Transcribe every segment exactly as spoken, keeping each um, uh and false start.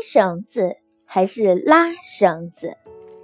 绳子还是拉绳子？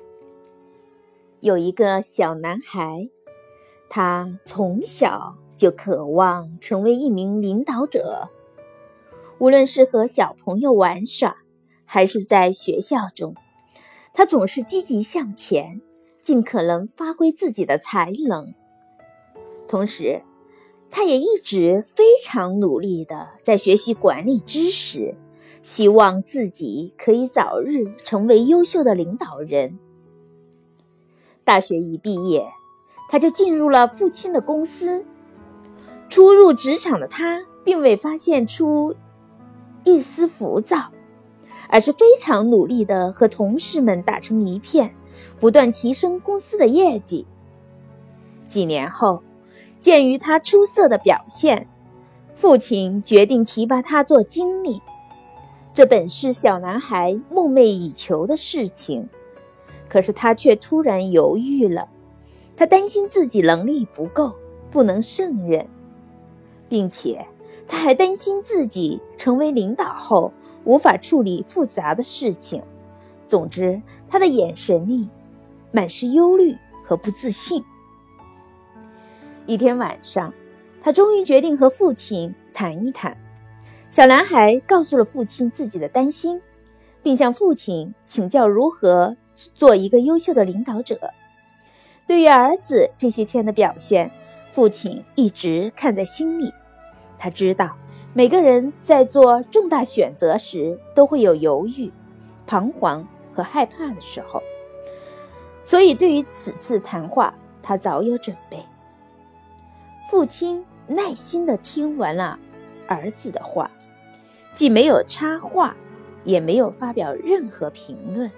有一个小男孩，他从小就渴望成为一名领导者。无论是和小朋友玩耍，还是在学校中，他总是积极向前，尽可能发挥自己的才能。同时，他也一直非常努力地在学习管理知识，希望自己可以早日成为优秀的领导人。大学一毕业，他就进入了父亲的公司。初入职场的他，并未发现出一丝浮躁，而是非常努力地和同事们打成一片，不断提升公司的业绩。几年后，鉴于他出色的表现，父亲决定提拔他做经理。这本是小男孩梦寐以求的事情，可是他却突然犹豫了。他担心自己能力不够，不能胜任，并且他还担心自己成为领导后无法处理复杂的事情。总之，他的眼神里满是忧虑和不自信。一天晚上，他终于决定和父亲谈一谈。小男孩告诉了父亲自己的担心，并向父亲请教如何做一个优秀的领导者。对于儿子这些天的表现，父亲一直看在心里。他知道每个人在做重大选择时都会有犹豫、彷徨和害怕的时候，所以对于此次谈话，他早有准备。父亲耐心地听完了儿子的话，既没有插话，也没有发表任何评论。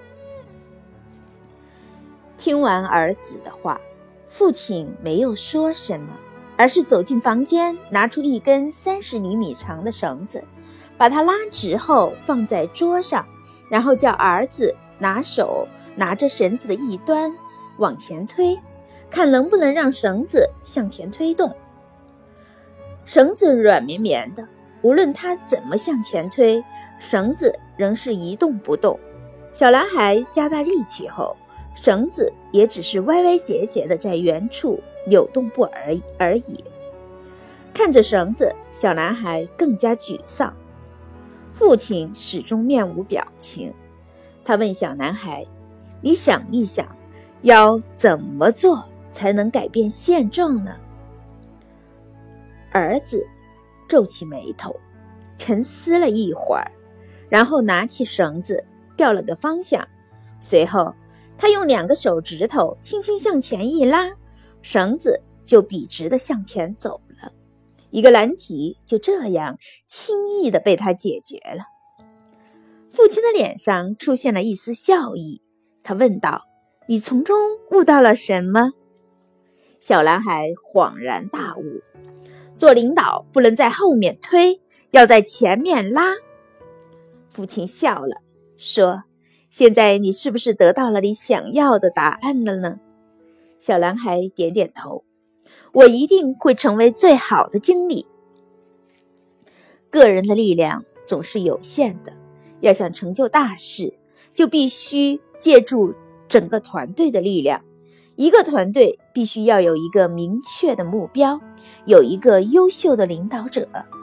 听完儿子的话，父亲没有说什么，而是走进房间，拿出一根三十厘米长的绳子，把它拉直后放在桌上，然后叫儿子拿手拿着绳子的一端往前推，看能不能让绳子向前推动。绳子软绵绵的，无论他怎么向前推，绳子仍是一动不动。小男孩加大力气后，绳子也只是歪歪斜斜的在原处扭动不而已而已。看着绳子，小男孩更加沮丧。父亲始终面无表情。他问小男孩：“你想一想，要怎么做才能改变现状呢？”儿子皱起眉头，沉思了一会儿，然后拿起绳子调了个方向，随后他用两个手指头轻轻向前一拉，绳子就笔直地向前走了。一个难题就这样轻易地被他解决了。父亲的脸上出现了一丝笑意，他问道：“你从中悟到了什么？”小男孩恍然大悟，做领导不能在后面推，要在前面拉。父亲笑了，说：“现在你是不是得到了你想要的答案了呢？”小男孩点点头：“我一定会成为最好的经理。”个人的力量总是有限的，要想成就大事，就必须借助整个团队的力量。一个团队必须要有一个明确的目标，有一个优秀的领导者。